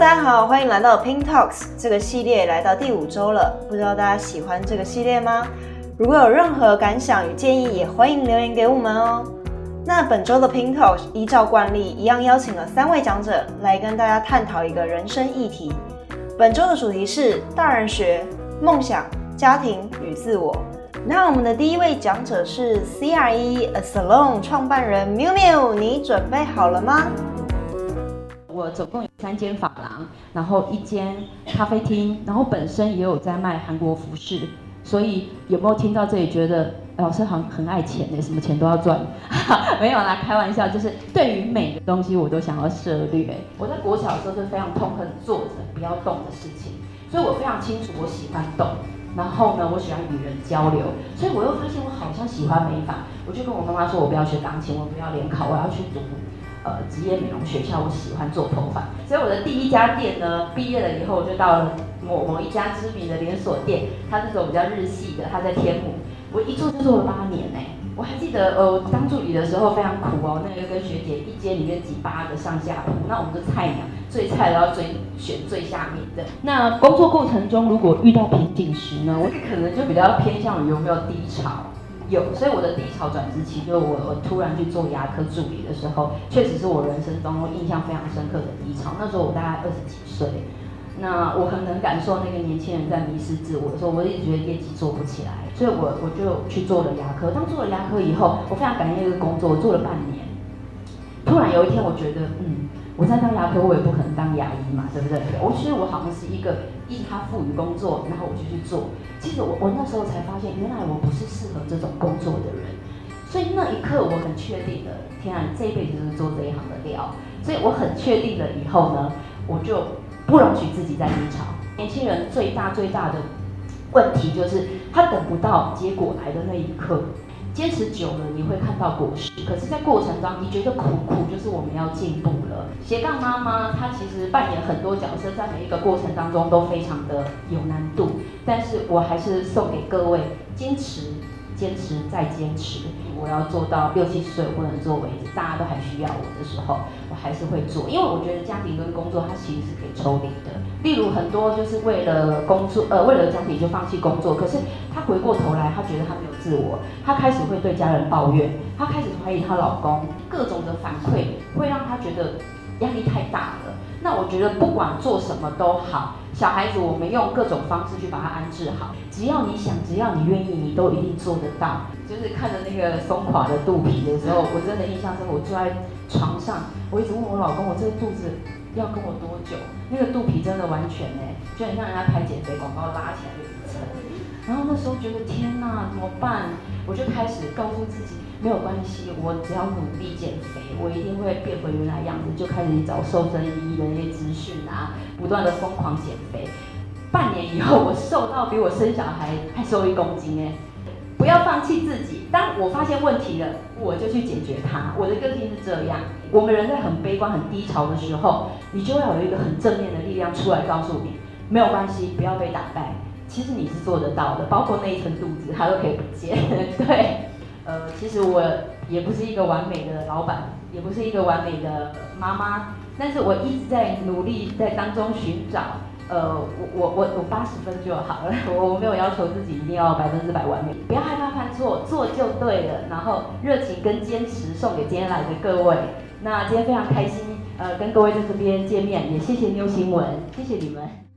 大家好，欢迎来到 Pink Talks 这个系列，来到第5周了。不知道大家喜欢这个系列吗？如果有任何感想与建议，也欢迎留言给我们哦。那本周的 Pink Talks 依照惯例，一样邀请了3位讲者来跟大家探讨一个人生议题。本周的主题是大人学、梦想、家庭与自我。那我们的第一位讲者是 CRE A Salon 创办人 Miu， 你准备好了吗？ 我总共有3间发廊，然后1间咖啡厅，然后本身也有在卖韩国服饰，所以有没有听到这里觉得老师好像很爱钱呢？什么钱都要赚？没有啦，开玩笑，就是对于每个东西我都想要涉猎。我在国小的时候就非常痛恨坐着不要动的事情，所以我非常清楚我喜欢动。然后呢，我喜欢与人交流，所以我又发现我好像喜欢美发，我就跟我妈妈说，我不要学钢琴，我不要联考，我要去读职业美容学校，我喜欢做头发。所以我的第1家店呢，毕业了以后我就到了某一家知名的连锁店，它是种比较日系的，它在天母，我一做就做了8年呢。我还记得当助理的时候非常苦哦，那个跟学姐一间里面挤8个上下铺，那我们的菜鸟最菜的要选最下面的。那工作过程中如果遇到瓶颈时呢，我可能就比较偏向于有没有低潮。有，所以我的低潮转职期，就我突然去做牙科助理的时候，确实是我人生中印象非常深刻的低潮。那时候我大概20几岁，那我很能感受那个年轻人在迷失自我的时候，我一直觉得业绩做不起来，所以我就去做了牙科。当做了牙科以后，我非常感谢这个工作，我做了半年。突然有一天，我觉得，我在当牙科，我也不可能当牙医嘛，对不对？所以我好像是一个他赋予工作，然后我就去做。其实我那时候才发现，原来我不是适合这种工作的人。所以那一刻我很确定的，天啊，这一辈子就是做这一行的料。所以我很确定了以后呢，我就不容许自己再低潮。年轻人最大的问题就是他等不到结果来的那一刻。坚持久了，你会看到果实。可是，在过程中，你觉得苦就是我们要进步了。斜杠妈妈，她其实扮演很多角色，在每一个过程当中都非常的有难度。但是我还是送给各位：坚持再坚持。我要做到60、70岁我不能做为止，大家都还需要我的时候，我还是会做。因为我觉得家庭跟工作它其实是可以抽离的。例如很多就是为了工作，为了家庭就放弃工作，可是她回过头来，她觉得她没有自我，她开始会对家人抱怨，她开始怀疑她老公，各种的反馈会让她觉得压力太大了。那我觉得不管做什么都好，小孩子我们用各种方式去把他安置好，只要你想，只要你愿意，你都一定做得到。就是看着那个松垮的肚皮的时候，我真的印象深刻。我坐在床上，我一直问我老公，我这个肚子要跟我多久？那个肚皮真的完全就很像人家拍减肥广告拉起来就一层。然后那时候觉得天哪，怎么办？我就开始告诉自己，没有关系，我只要努力减肥，我一定会变回原来样子。就开始找瘦身医的那些资讯啊，不断的疯狂减肥。半年以后，我瘦到比我生小孩还瘦1公斤不要放弃自己。当我发现问题了，我就去解决它。我的个性是这样。我们人在很悲观、很低潮的时候，你就要有一个很正面的力量出来告诉你，没有关系，不要被打败。其实你是做得到的，包括那一层肚子，它都可以不见。对，其实我也不是一个完美的老板，也不是一个完美的妈妈，但是我一直在努力，在当中寻找。我80分就好了，我没有要求自己一定要100%完美，不要害怕犯错，做就对了。然后热情跟坚持送给今天来的各位。那今天非常开心，跟各位在这边见面，也谢谢妞新闻，谢谢你们。